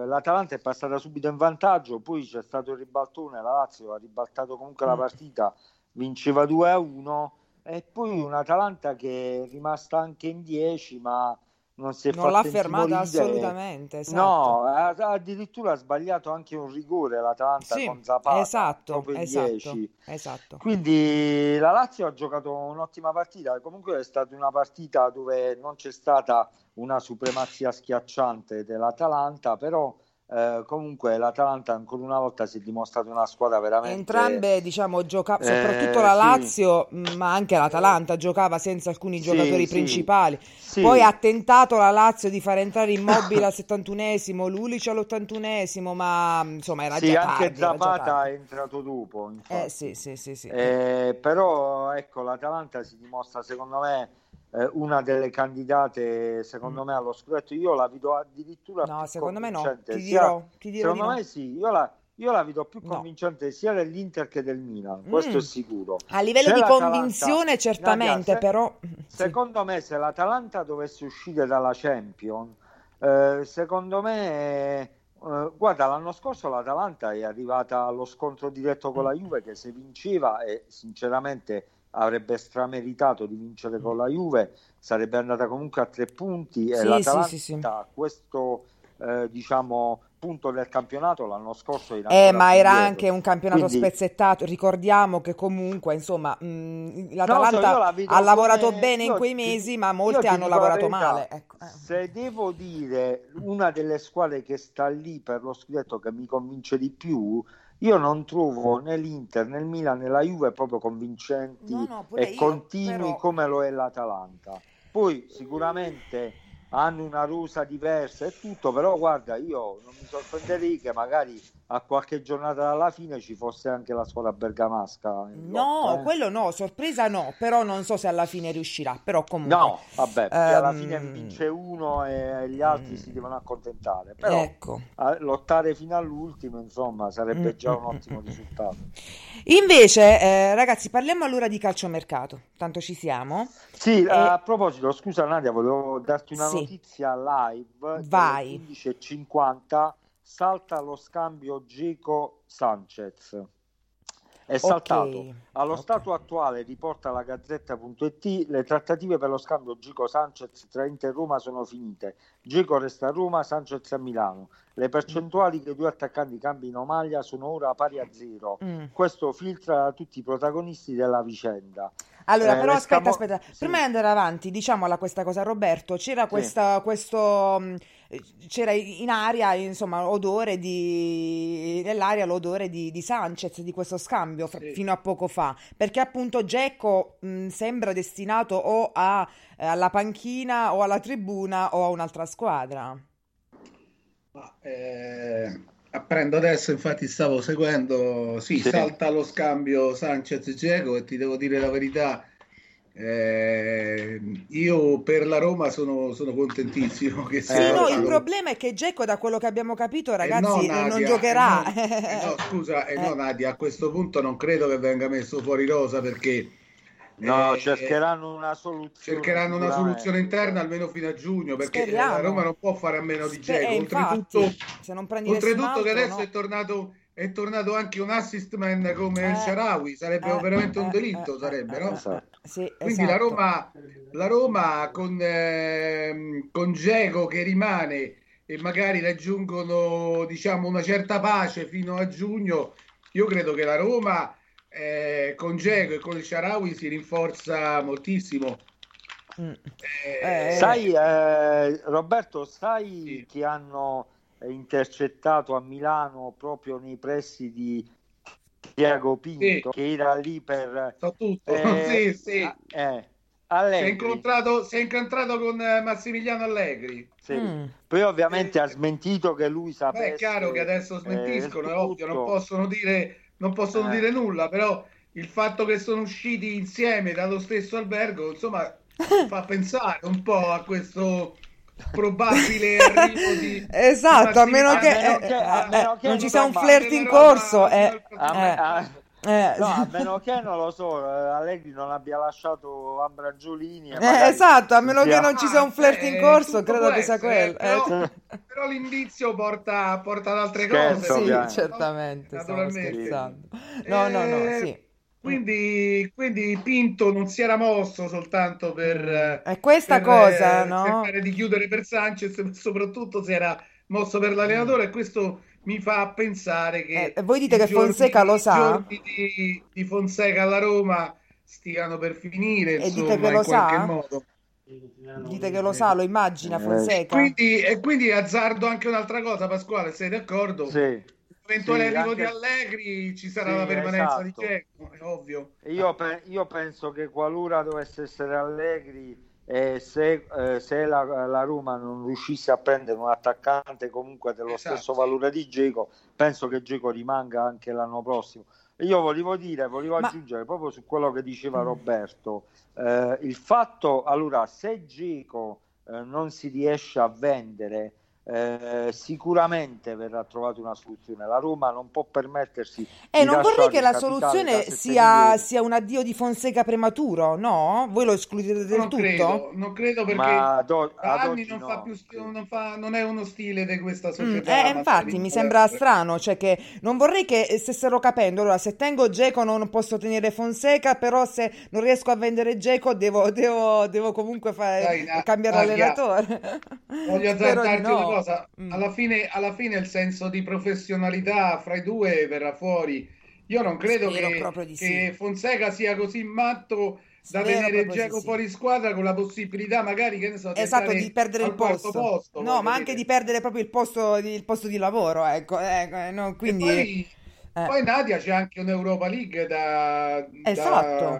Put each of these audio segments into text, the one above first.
l'Atalanta è passata subito in vantaggio, poi c'è stato il ribaltone, la Lazio ha ribaltato comunque la partita, vinceva 2-1 e poi un'Atalanta che è rimasta anche in 10 ma non si è Non l'ha fatta fermata intimorire. assolutamente, esatto. No, addirittura ha sbagliato anche un rigore l'Atalanta Sì, con Zapata, esatto, proprio in esatto, 10. esatto. Quindi la Lazio ha giocato un'ottima partita, comunque è stata una partita dove non c'è stata una supremazia schiacciante dell'Atalanta, però comunque l'Atalanta ancora una volta si è dimostrata una squadra veramente Entrambe, diciamo, soprattutto la sì, Lazio, ma anche l'Atalanta giocava senza alcuni sì, giocatori sì, principali. Poi sì, ha tentato la Lazio di far entrare Immobile al 71esimo, Lulic all'81esimo, ma insomma era sì, già anche tardi, era già Zapata tardi. è entrato dopo, infatti. Sì, sì, sì, sì. Però ecco, l'Atalanta si dimostra secondo me una delle candidate Mm. secondo me allo scudetto. Io la vedo addirittura No, più secondo me no. convincente, sia Ti dirò di secondo me no. sì, io la vedo più No. convincente sia dell'Inter che del Milan, questo è Mm. sicuro. A livello Se di l'Atalanta, convinzione, Nadia, certamente, però sì. secondo me se l'Atalanta dovesse uscire dalla Champions, secondo me guarda, l'anno scorso l'Atalanta è arrivata allo scontro diretto con Mm, la Juve che se vinceva e sinceramente avrebbe strameritato di vincere mm. con la Juve, sarebbe andata comunque a 3 punti e Sì, sì, sì, sì. l'Atalanta a questo diciamo punto del campionato l'anno scorso era ancora Ma più era indietro. anche un campionato Quindi spezzettato. Ricordiamo che comunque, insomma, non lo so, io l'Atalanta la ha vedo lavorato come bene in quei mesi, ma io molti ti hanno dico la lavorato male. verità, Ecco. se devo dire una delle squadre che sta lì per lo scudetto che mi convince di più, io non trovo né l'Inter né il Milan né la Juve proprio No, convincenti no, pure e io, continui però. come lo è l'Atalanta. Poi sicuramente hanno una rosa diversa e tutto, però guarda, io non mi sorprenderei che magari a qualche giornata dalla fine ci fosse anche la squadra bergamasca in No, lotta, eh. quello no, sorpresa no, però non so se alla fine riuscirà, però comunque. No, vabbè, poi alla fine ehm, vince uno e gli altri si devono accontentare, però ecco. lottare fino all'ultimo, insomma, Mm, sarebbe già mm, un mm, ottimo mm, mm. risultato. Invece, ragazzi, parliamo allora di calciomercato, tanto ci siamo. Sì, a E proposito, scusa Nadia, volevo darti una sì, notizia live che alle vai. 15:50 salta lo scambio Geco Sanchez. È Ok, saltato. Allo ok. stato attuale, riporta la Gazzetta.it, le trattative per lo scambio Gico-Sanchez tra Inter e Roma sono finite. Gico resta a Roma, Sanchez a Milano. Le percentuali che i due attaccanti cambino maglia sono ora pari a zero. Mm. Questo filtra da tutti i protagonisti della vicenda. Allora, però aspetta, L'escamo... aspetta, prima Sì, di andare avanti, diciamola questa cosa, Roberto, c'era sì. c'era in aria, insomma, nell'aria l'odore di Sanchez, di questo scambio Sì. fino a poco fa, perché appunto Dzeko sembra destinato alla panchina o alla tribuna o a un'altra squadra. Apprendo adesso, infatti stavo seguendo, sì, Sì. salta lo scambio Sanchez-Dzeko e ti devo dire la verità, io per la Roma sono contentissimo che sia Sì, no, il saltato. problema è che Dzeko, da quello che abbiamo capito, E no, ragazzi, non Nadia, giocherà. no, scusa, e no, Eh, Nadia, a questo punto non credo che venga messo fuori rosa perché No, eh, cercheranno una soluzione cercheranno una soluzione sicuramente. interna almeno fino a giugno, perché la Roma speriamo. non può fare a meno di Dzeko. Infatti, se non prendi nessun Oltretutto che altro, adesso no. è tornato anche un assist man come El Eh, Shaarawy, sarebbe veramente un delitto, sarebbe, no? Esatto. Sì, Quindi esatto. La Roma con Dzeko che rimane e magari raggiungono, diciamo, una certa pace fino a giugno, io credo che la Roma con Dzeko e con il Shaarawy si rinforza moltissimo. Mm. Eh, Sai, Roberto, sai Sì, che hanno intercettato a Milano proprio nei pressi di Tiago sì, Pinto, che era lì per so tutto. eh, Sì, sì. Allegri. Si è incontrato con Massimiliano Allegri. Sì. mm. Poi Eh, ovviamente ha smentito che lui Beh, è chiaro che sapesse adesso il smentiscono, è ovvio, tutto. non possono Eh, dire nulla, però il fatto che sono usciti insieme dallo stesso albergo, insomma, fa pensare un po' a questo probabile arrivo di Esatto, a meno a Massimiliano che, meno che, a meno che non ci non sia da un trama. parte flirt della in Roma corso. fino al A me- prossimo a- acquisto. No, a meno che non lo so, Allegri non abbia lasciato Ambragiolini e magari Esatto, a meno che non ci sia un flirt in corso, tutto credo può che sia essere, quello. però l'indizio porta ad altre cose, Scherzo, Sì, ovviamente. certamente, stavo naturalmente. scherzando. No, no, no, Eh, sì. Mm. quindi Pinto non si era mosso soltanto E questa cosa, no? cercare di chiudere per Sanchez, ma soprattutto si era mosso per Mm. l'allenatore e questo mi fa pensare che Voi dite che Fonseca lo i sa? giorni di Fonseca alla Roma stiano per finire, E dite che insomma, lo in qualche sa? modo. Dite che lo sa, lo immagina Fonseca? E quindi azzardo anche un'altra cosa, Pasquale, sei d'accordo? Sì, Eventuale sì, arrivo di anche Allegri ci sì, sarà la permanenza di esatto. Dzeko, è ovvio. E io penso che qualora dovesse essere Allegri, se la Roma non riuscisse a prendere un attaccante comunque dello stesso Esatto. valore di Dzeko, penso che Dzeko rimanga anche l'anno prossimo. E io volevo Ma aggiungere proprio su quello che diceva mm, Roberto, il fatto, allora, se Dzeko non si riesce a vendere, sicuramente verrà trovata una soluzione. La Roma non può permettersi di non vorrei lasciare che un la capitale da soluzione 7 sia, milioni. sia un addio di Fonseca prematuro, no? Voi lo escludete Io del non tutto? credo, non credo perché Ma da ad anni oggi non fa più, no. Sì. non è uno stile di questa società Infatti mi mantenere sembra adesso. strano, cioè che non vorrei che stessero capendo, allora se tengo Dzeko non posso tenere Fonseca, però se non riesco a vendere Dzeko devo comunque Dai, cambiare Nadia, allenatore. voglio Spero di azzardarti una no. cosa. Mm. Alla fine il senso di professionalità fra i due verrà fuori. Io non credo Spero proprio di sì. che Fonseca sia così matto da Spero tenere proprio di Dzeko sì. fuori squadra con la possibilità magari, che ne so, di Esatto, di andare perdere il al quarto posto. posto, No, voglio ma anche di dire. perdere proprio il posto di lavoro, ecco. No, E quindi, poi Nadia c'è anche un'Europa League esatto,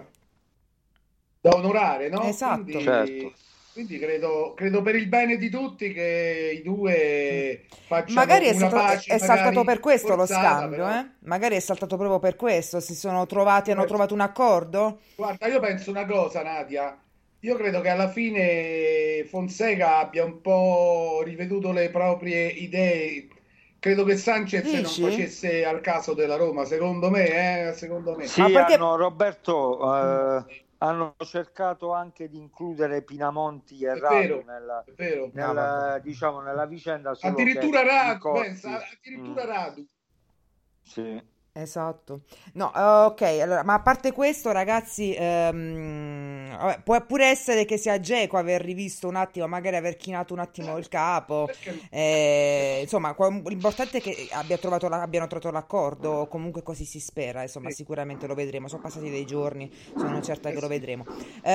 da onorare, no? esatto. Certo. Quindi credo per il bene di tutti che i Mm. due Magari facciano una pace è saltato magari per questo lo forzata, scambio, però. eh? Magari è saltato proprio per questo. Si sono trovati, Io hanno penso- trovato un accordo? Guarda, io penso una cosa, Nadia. Io credo che alla fine Fonseca abbia un po' riveduto le proprie idee. Credo che Sanchez non Dici? facesse al caso della Roma, secondo me, secondo me. Ma Sì, perché... Mm. Roberto, hanno cercato anche di includere Pinamonti e È Radu vero, è vero. No, vabbè. diciamo, nella vicenda, solo che Addirittura i Radu, pensa, costi. addirittura Radu. Sì. Esatto. No, ok, allora, ma a parte questo, ragazzi, vabbè, può pure essere che sia Geco aver rivisto un attimo, magari aver chinato un attimo il capo. Perché no? Perché no? Insomma, l'importante è che abbiano trovato l'accordo, o comunque così si spera, insomma, Sì, sicuramente lo vedremo. Sono passati dei giorni, sono certa che lo sì. vedremo.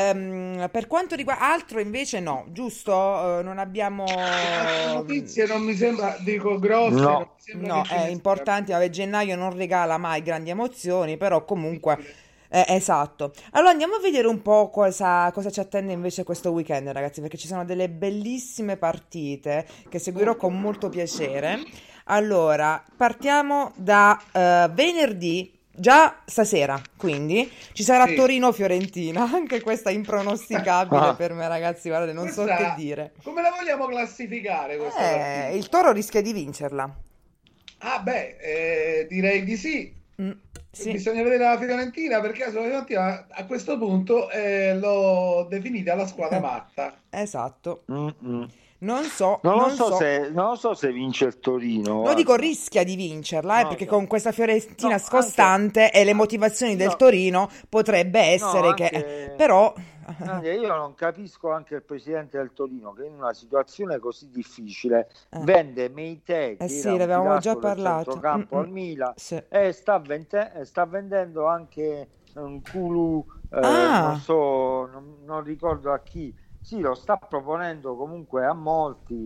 Per quanto riguarda altro, invece, no, giusto? Non Altre abbiamo. notizie non mi sembra, dico grosse, non No, mi sembra No, che ce è ne siano. importante, vabbè, gennaio non regala mai grandi emozioni, però comunque, Difficile. esatto. Allora andiamo a vedere un po' cosa ci attende invece questo weekend, ragazzi, perché ci sono delle bellissime partite che seguirò Molto. con molto piacere. Allora, partiamo da venerdì, già stasera, quindi ci sarà Sì. Torino-Fiorentina, anche questa è impronosticabile ah, per me, ragazzi, guardate, non so che Questa, dire. come la vogliamo classificare questa partita? Il Toro rischia di vincerla. Ah, beh, direi di sì. Mm, sì. Bisogna vedere la Fiorentina perché la Fiorentina a questo punto l'ho definita la squadra matta. Esatto. mm, mm. Non so, Non lo non so so. se vince il Torino, Lo dico, guarda. rischia di vincerla, Non lo perché so. con questa Fiorentina No, anche scostante e le motivazioni del io, Torino potrebbe no, essere che... anche Però... io non capisco anche il presidente del Torino che in una situazione così difficile Eh, vende Meite, eh che sì, era ne un avevamo già pilastro del parlato. centrocampo al Milan, Sì. e sta vendendo anche un Kulu, non Ah, so, non ricordo a chi. Sì, lo sta proponendo comunque a molti.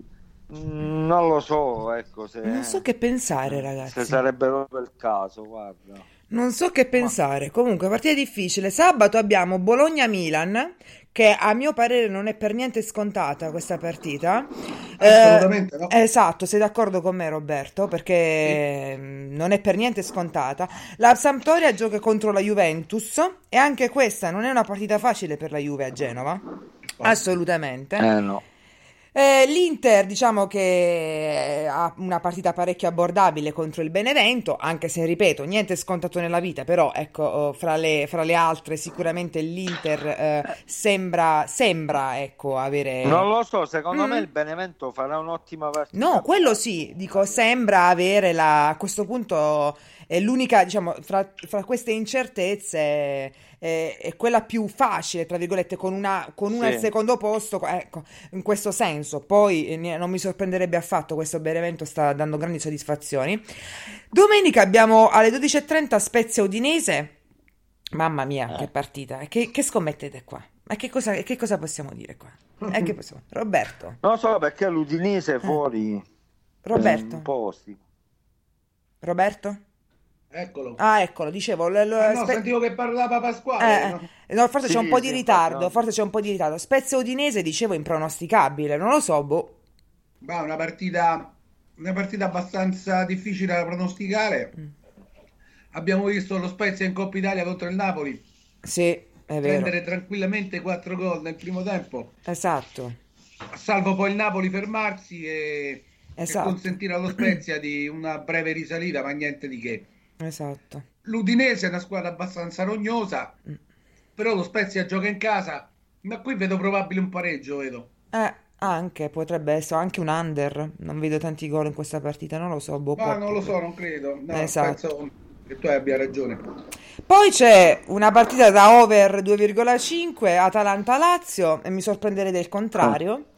Non lo so, ecco, non so che pensare, se ragazzi. sarebbe proprio il caso, guarda. Non so che Ma pensare. Comunque, partita difficile. Sabato abbiamo Bologna-Milan, che a mio parere non è per niente scontata questa partita. Assolutamente no. Esatto, sei d'accordo con me, Roberto? Sì. Perché non è per niente scontata. La Sampdoria gioca contro la Juventus e anche questa non è una partita facile per la Juve a Genova. No. Assolutamente. no. L'Inter, diciamo che ha una partita parecchio abbordabile contro il Benevento, anche se, ripeto, niente è scontato nella vita, però ecco, fra le altre sicuramente l'Inter sembra, ecco, Non avere... lo so, secondo me Mm. il Benevento farà un'ottima No, partita quello però. sì, dico, sembra avere a questo punto è l'unica, diciamo, fra queste incertezze è quella più facile, tra virgolette, con una al Sì. secondo posto, ecco, in questo senso. Poi non mi sorprenderebbe affatto, questo Benevento sta dando grandi soddisfazioni. Domenica abbiamo alle 12:30 Spezia Udinese. Mamma mia, che Eh. partita! Che scommettete qua? Ma che cosa possiamo dire qua? Roberto, Non lo so perché l'Udinese eh, fuori è un Roberto, po' sti- Roberto? Eccolo. Ah, eccolo, dicevo, Ah no, sentivo che parlava Pasquale. No? no, forse c'è un po' Sì, di sì, infatti ritardo, no. forse c'è un po' di ritardo. Spezia Udinese, dicevo, impronosticabile, non lo so, boh. Ma una partita abbastanza difficile da pronosticare. Mm. Abbiamo visto lo Spezia in Coppa Italia contro il Napoli Sì, è vero, prendere tranquillamente 4 gol nel primo tempo, esatto, salvo poi il Napoli fermarsi e esatto, consentire allo Spezia di una breve risalita, ma niente di che. esatto. L'Udinese è una squadra abbastanza rognosa, Mm. però lo Spezia gioca in casa, ma qui vedo probabile un pareggio, vedo. Anche, potrebbe essere anche un under, non vedo tanti gol in questa partita, non lo so, boh, Ma non lo so, non credo. No, Esatto. penso che tu abbia ragione. Poi c'è una partita da over 2,5 Atalanta-Lazio e mi sorprenderei del Ah. contrario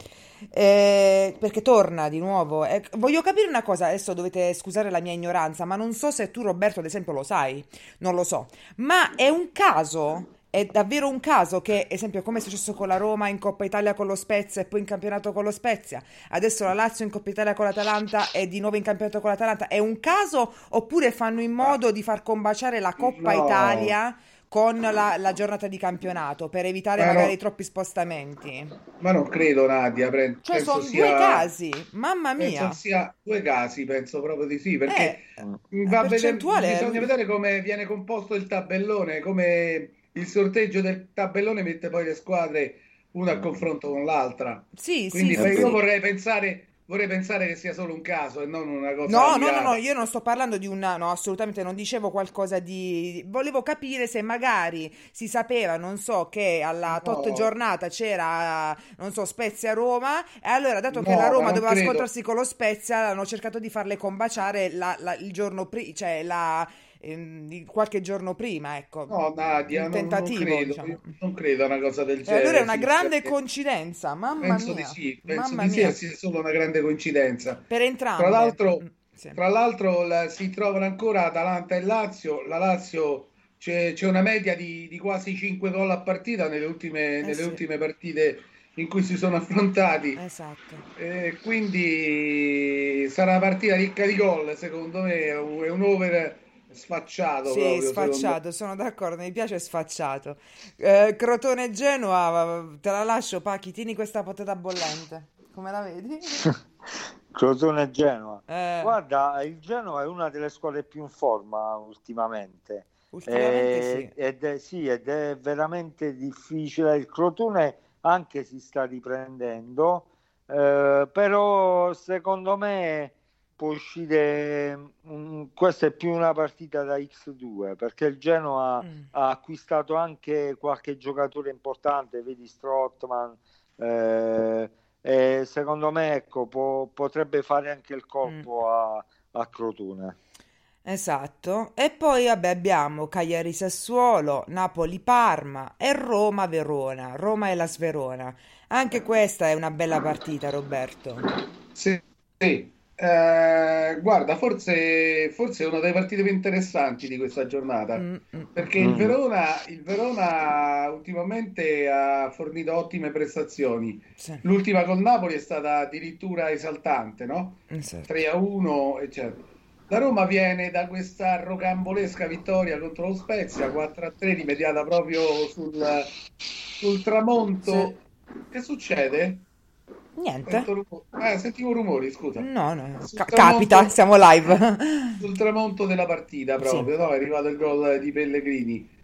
perché torna di nuovo. Voglio capire una cosa, adesso dovete scusare la mia ignoranza, ma non so se tu Roberto ad esempio lo sai, non lo so, ma è un caso, è davvero un caso che, esempio, come è successo con la Roma in Coppa Italia con lo Spezia e poi in campionato con lo Spezia, adesso la Lazio in Coppa Italia con l'Atalanta e di nuovo in campionato con l'Atalanta, è un caso oppure fanno in Ma modo di far combaciare la Coppa no, Italia con la giornata di campionato per evitare ma magari no, troppi spostamenti? ma non credo, Nadia. Cioè, Penso sono due sia, casi, mamma penso mia. sia due casi, penso proprio di sì, perché La percentuale bisogna vedere come viene composto il tabellone, come il sorteggio del tabellone mette poi le squadre una a confronto con l'altra. sì, sì, Quindi È sì, io vero. sì. vorrei pensare che sia solo un caso e non una cosa No, no, no, no, mirata. io non sto parlando di una, no, assolutamente non dicevo qualcosa di... Volevo capire se magari si sapeva, non so, che alla tot No, giornata c'era, non so, Spezia-Roma, e allora, dato che la no, ma Roma non doveva credo. scontrarsi con lo Spezia, hanno cercato di farle combaciare il giorno prima, cioè qualche giorno prima, ecco, No, Nadia, un non tentativo, credo, diciamo. non credo a una cosa del E allora è genere, una grande sinceramente. coincidenza, Penso di sì, penso mamma di sì, e mia, sia solo una grande coincidenza. per Tra entrambe. l'altro, Sì. si trovano ancora Atalanta e Lazio. La Lazio c'è una media di quasi 5 gol a partita nelle ultime, Eh nelle sì, ultime partite in cui si sono affrontati. esatto. Quindi sarà una partita ricca di gol, secondo me, è un over sfacciato Sì, proprio, secondo me. sfacciato, sono d'accordo, mi piace sfacciato. Crotone-Genoa, te la lascio, Pachi, tieni questa patata bollente. Come la vedi? Crotone e Genoa. Eh, Guarda, il Genoa è una delle squadre più in forma ultimamente. ultimamente sì. Sì, ed è veramente difficile. Il Crotone anche si sta riprendendo, però secondo me può uscire. Questa è più una partita da X2 perché il Genoa Mm, ha acquistato anche qualche giocatore importante, vedi Strootman. eh, e secondo me, ecco, potrebbe fare anche il mm. colpo a Crotone. Esatto. E poi vabbè, abbiamo Cagliari-Sassuolo, Napoli-Parma e Roma-Verona, Roma e la Sverona. Anche questa è una bella partita, Roberto. Sì, sì. Guarda, forse è una delle partite più interessanti di questa giornata, Mm, mm, mm. perché il Mm. Verona, il Verona ultimamente ha fornito ottime prestazioni. Sì, L'ultima con Napoli è stata addirittura esaltante, no? esatto. 3-1, eccetera. La Roma viene da questa rocambolesca vittoria contro lo Spezia, 4-3, rimediata proprio sul Sì. tramonto. Che succede? Niente. Sentivo rumori, scusa. No, no, Sul capita, tramonto, siamo live. sul tramonto della partita Sì. proprio, no? È arrivato il gol di Pellegrini.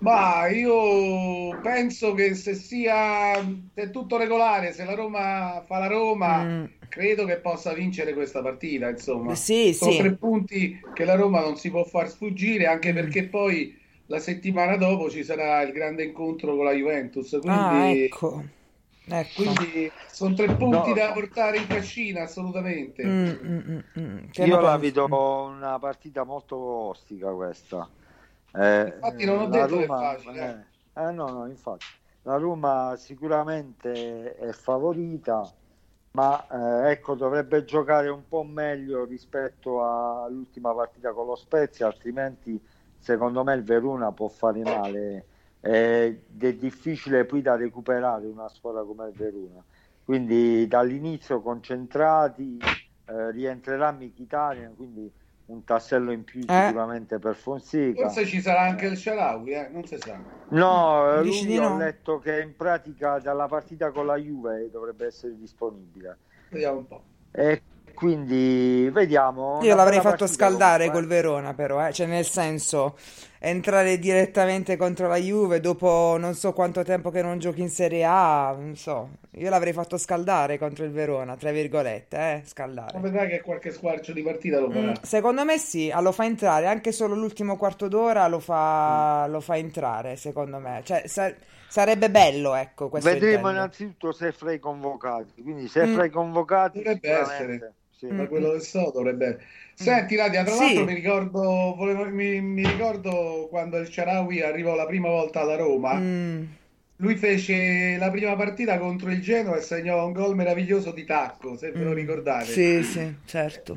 Ma io penso che se è tutto regolare, se la Roma fa la Roma, Mm, credo che possa vincere questa partita. Insomma, sì, sono sì. 3 punti che la Roma non si può far sfuggire, anche Mm. perché poi la settimana dopo ci sarà il grande incontro con la Juventus. Ah, Quindi, ecco, ecco. quindi sono 3 punti No, da portare in cascina, assolutamente. Che ne io la pensi? vedo una partita molto ostica questa. Infatti, non ho La detto che è Roma, facile. no, no, infatti, la Roma sicuramente è favorita, ma ecco, dovrebbe giocare un po' meglio rispetto all'ultima partita con lo Spezia, altrimenti secondo me il Verona può fare male ed è difficile poi da recuperare una squadra come il Verona. Quindi dall'inizio concentrati, rientrerà Mkhitaryan, quindi un tassello in più Eh? sicuramente per Fonseca. Forse ci sarà anche Eh, il Shaarawy, non si sa. No, Dici lui di ho no? letto che in pratica dalla partita con la Juve dovrebbe essere disponibile. Vediamo un po'. E quindi vediamo, Io una l'avrei bella fatto partita scaldare comunque. col Verona, però, cioè nel senso, entrare direttamente contro la Juve dopo non so quanto tempo che non giochi in Serie A, non so, io l'avrei fatto scaldare contro il Verona, tra virgolette, Ma scaldare. vedrai che qualche squarcio di partita lo farà. Secondo me sì, lo fa entrare, anche solo l'ultimo quarto d'ora Mm. lo fa entrare, secondo me. Cioè, sarebbe bello, ecco, questo Vedremo intendo. innanzitutto se fra i convocati, quindi se fra Mm, i convocati Dovrebbe essere, sicuramente sì. mm, da mm, quello che so, dovrebbe. mm. Senti, Nadia, tra l'altro mi Sì, ricordo, mi ricordo quando il Shaarawy arrivò la prima volta alla Roma. mm, Lui fece la prima partita contro il Genoa e segnò un gol meraviglioso di tacco, se ve lo ricordate. sì, sì, certo.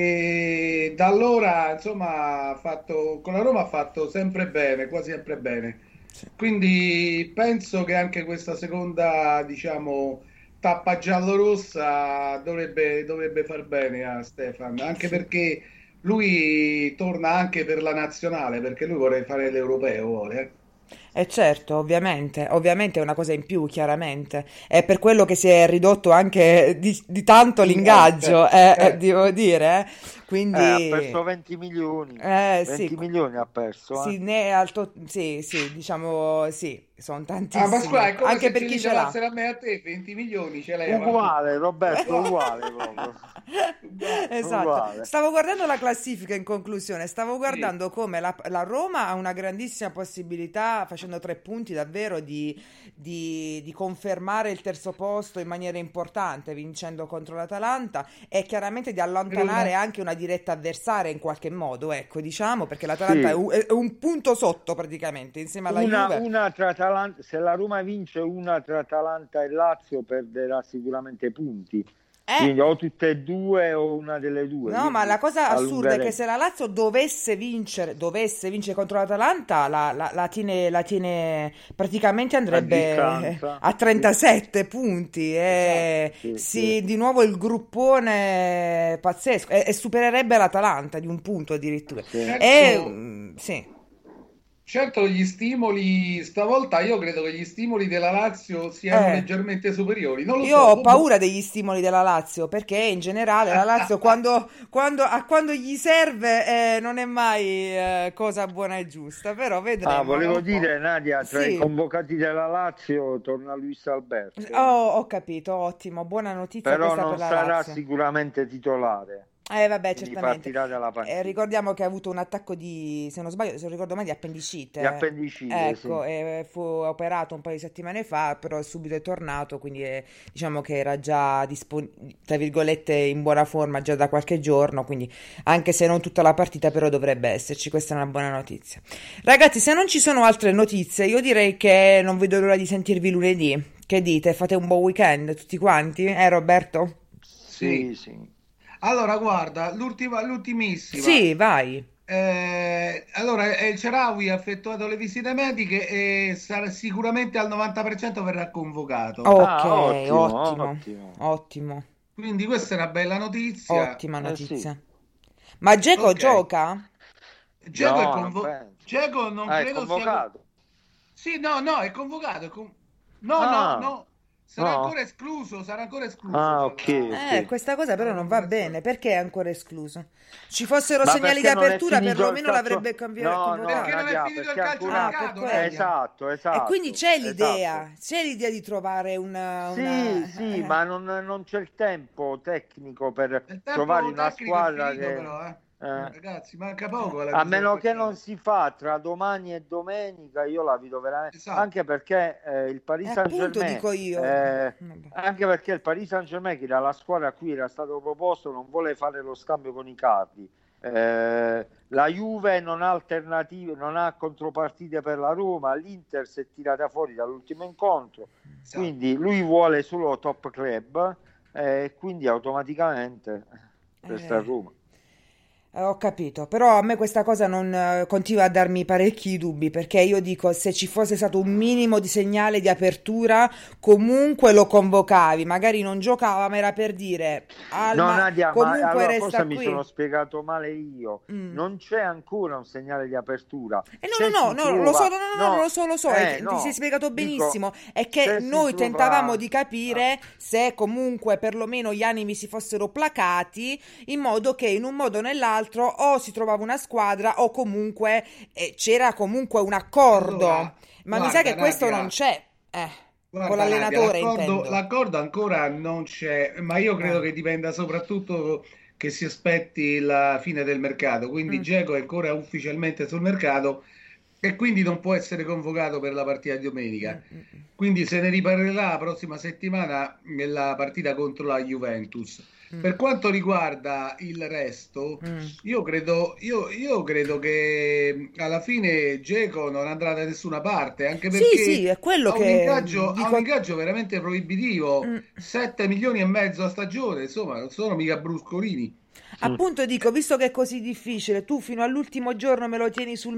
E da allora, insomma, con la Roma ha fatto sempre bene, quasi sempre bene. Sì. Quindi penso che anche questa seconda, diciamo, tappa giallorossa dovrebbe far bene a Stefan, anche Sì. perché lui torna anche per la nazionale, perché lui vuole fare l'europeo, vuole. E certo, ovviamente è una cosa in più, chiaramente. È per quello che si è ridotto anche di tanto l'ingaggio, Certo, certo. devo dire. Ha Quindi, perso 20 milioni, sì, 20 milioni ha perso, eh. sì, né alto, sì, sì, diciamo, sì, sono Ah, Pasquale, tantissimi, è come anche se per ce chi li ce l'ha. levassero a me e a te, 20 milioni ce levano. Uguale, Roberto, Uguale. uguale proprio, Uguale. Esatto, uguale. stavo guardando la classifica in conclusione, stavo Sì. guardando come la Roma ha una grandissima possibilità, facendo 3 punti davvero, di confermare il terzo posto in maniera importante, vincendo contro l'Atalanta e chiaramente di Per allontanare una- anche una diretta avversaria in qualche modo, ecco, diciamo, perché l'Atalanta Sì, è un punto sotto praticamente, insieme alla Juve. una tra Atalanta, se la Roma vince una tra Atalanta e Lazio perderà sicuramente punti, Eh, quindi o tutte e due o una delle due, No, ma quindi la cosa assurda è che allungherebbe se la Lazio dovesse vincere contro l'Atalanta, la tiene praticamente a andrebbe distanza. a Sì, 37 punti Esatto. e sì, sì. sì, di nuovo il gruppone pazzesco e supererebbe l'Atalanta di un punto addirittura. Sì. E Certo, sì. certo, gli stimoli, stavolta io credo che gli stimoli della Lazio siano Eh. leggermente superiori. Non lo Io so, ho boh. paura degli stimoli della Lazio perché in generale la Lazio quando gli serve non è mai cosa buona e giusta, però Ah, vedremo. volevo Vediamo un po'. dire, Nadia, tra i Sì, convocati della Lazio torna Luis Alberto, ho capito, ottimo, buona notizia però questa per non la sarà Lazio. sicuramente titolare, Vabbè, quindi certamente. partirà dalla panchina. Ricordiamo che ha avuto un attacco se non sbaglio, se non ricordo mai, di Di appendicite. appendicite, sì. Ecco, fu operato un paio di settimane fa, però subito è tornato, quindi diciamo che era già, tra virgolette, in buona forma già da qualche giorno, quindi anche se non tutta la partita, però dovrebbe esserci, questa è una buona notizia. Ragazzi, se non ci sono altre notizie, io direi che non vedo l'ora di sentirvi lunedì. Che dite? Fate un buon weekend tutti quanti? Roberto? Sì. Sì, sì. Allora, guarda, l'ultimissima. Sì, vai. Allora, il Shaarawy ha effettuato le visite mediche e sicuramente al 90% verrà convocato. Ok, Ah, ottimo, ottimo, ottimo. ottimo, Quindi questa è una bella notizia. ottima Eh sì. notizia. Ma Dzeko Ok. gioca? Dzeko No, non penso. Non Ah, è credo sia. convocato. Sì, no, no, è convocato. No, no, Ah, no. No? sarà ancora escluso Ah, ok, ok. Questa cosa però dalla non va convocazione. bene. Perché è ancora escluso? Ci fossero Ma segnali di perché non è apertura, finito il perlomeno calcio? l'avrebbe No, no, Perché convocato. non è Nadia, finito il perché ancora... Per calciomercato, quello. Nadia. Esatto, E quindi esatto, esatto. c'è l'idea di trovare Sì, sì, ma non c'è il tempo tecnico per Il trovare tempo una tecnico è squadra finito che... però, eh. eh, Ragazzi, manca poco alla a chiusura del meno che non mercato. si fa tra domani e domenica, io la vedo veramente... Esatto. Anche perché il E Paris appunto Saint-Germain... dico io. Vabbè. anche perché il Paris Saint-Germain, che era la squadra a cui era stato proposto, non vuole fare lo scambio con i Icardi. La Juve non ha alternative, non ha contropartite per la Roma, l'Inter si è tirata fuori dall'ultimo incontro, Esatto. quindi lui vuole solo top club e quindi automaticamente resta a Eh. Roma. Ho capito, però a me questa cosa non continua a darmi parecchi dubbi perché io dico se ci fosse stato un minimo di segnale di apertura comunque lo convocavi, magari non giocava ma era per dire No, Alma Nadia, ma comunque allora resta forse mi sono qui. spiegato male io. Mm. Non c'è ancora un segnale di apertura. E Se no, si no, no, lo so, trova, no, no, no, no, lo so, ti sei no, spiegato dico, benissimo, è che se si noi tentavamo trova, di capire se comunque perlomeno gli animi si fossero placati in modo che in un modo o nell'altro o si trovava una squadra o comunque c'era comunque un accordo, Allora, ma mi sa guarda che questo non Nadia, c'è, con guarda Nadia, l'allenatore intendo. l'accordo ancora non c'è, ma io credo Eh, che dipenda soprattutto che si aspetti la fine del mercato. Quindi mm, Dzeko è ancora ufficialmente sul mercato e quindi non può essere convocato per la partita di domenica. mm, mm, mm, Quindi se ne riparlerà la prossima settimana nella partita contro la Juventus. mm, Per quanto riguarda il resto, mm. io credo che alla fine Dzeko non andrà da nessuna parte, anche Sì, sì, perché è quello che ha un dico. ingaggio veramente proibitivo, Mm. 7 milioni e mezzo a stagione, insomma, non sono mica bruscolini. Appunto dico, visto che è così difficile, tu fino all'ultimo giorno me lo tieni sul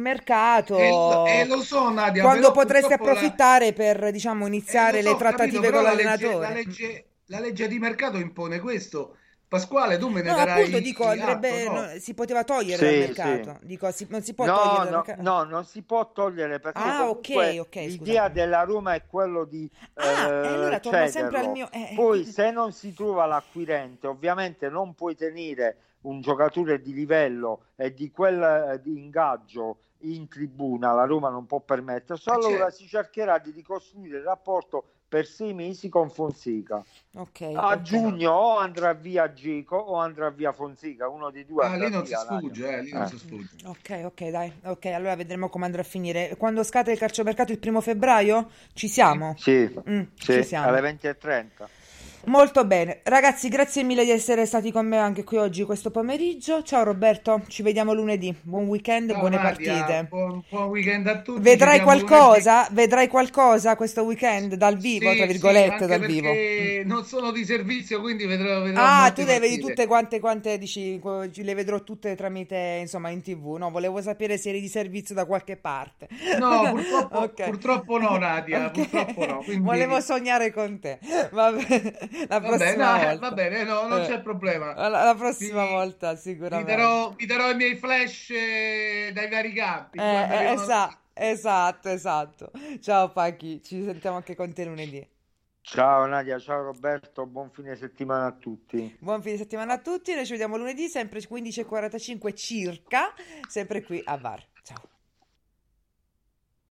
E mercato, lo so, Nadia, quando però potresti purtroppo approfittare per, diciamo, lo iniziare le so, ho capito, trattative però con la l'allenatore. legge di mercato impone questo. Pasquale, tu me No, ne appunto dico, darai atto, andrebbe, no? si poteva togliere dal Sì, sì. mercato. Dico, non si può togliere No, dal no, mercato. no, non si può togliere perché Ah, ok, comunque ok, l'idea scusate. della Roma è quello di E allora torno sempre al cederlo. mio. Poi se non si trova l'acquirente, ovviamente non puoi tenere un giocatore di livello e di quel di ingaggio in tribuna, la Roma non può permettersi, allora Certo. si cercherà di ricostruire il rapporto per 6 mesi con Fonseca. Ok, A ok. giugno o andrà via Gico o andrà via Fonseca, uno dei due Ah, andrà lì non si via, Nadia. sfugge, lì non si sfugge. Ok, ok, dai. Ok, allora vedremo come andrà a finire. Quando scatta il calciomercato il 1° febbraio? Ci siamo? Sì, Ci sì, siamo. alle 20:30. Molto bene. Ragazzi, grazie mille di essere stati con me anche qui oggi, questo pomeriggio. Ciao Roberto, ci vediamo lunedì. Buon weekend, Ciao buone Nadia, partite. buon weekend a tutti, ci Vedrai vediamo lunedì. qualcosa? Vedrai qualcosa questo weekend dal vivo, tra Sì, sì, virgolette, anche dal vivo? perché non sono di servizio, quindi vedrò Ah, tu molte le vedi partite. tutte quante dici, le vedrò tutte tramite, insomma, in TV, no? Volevo sapere se eri di servizio da qualche parte. No, Ok, purtroppo no, Nadia, purtroppo no. ok, volevo Quindi sognare con te. Va bene, la vabbè, prossima no, va volta. bene, no, non c'è problema. La prossima Vi, volta, sicuramente. vi darò i miei flash dai vari campi quando arrivano. Esatto, esatto. Ciao Pachi, ci sentiamo anche con te lunedì. Ciao Nadia, ciao Roberto, buon fine settimana a tutti. Buon fine settimana a tutti, noi ci vediamo lunedì, sempre 15:45 circa, sempre qui a VAR. Ciao.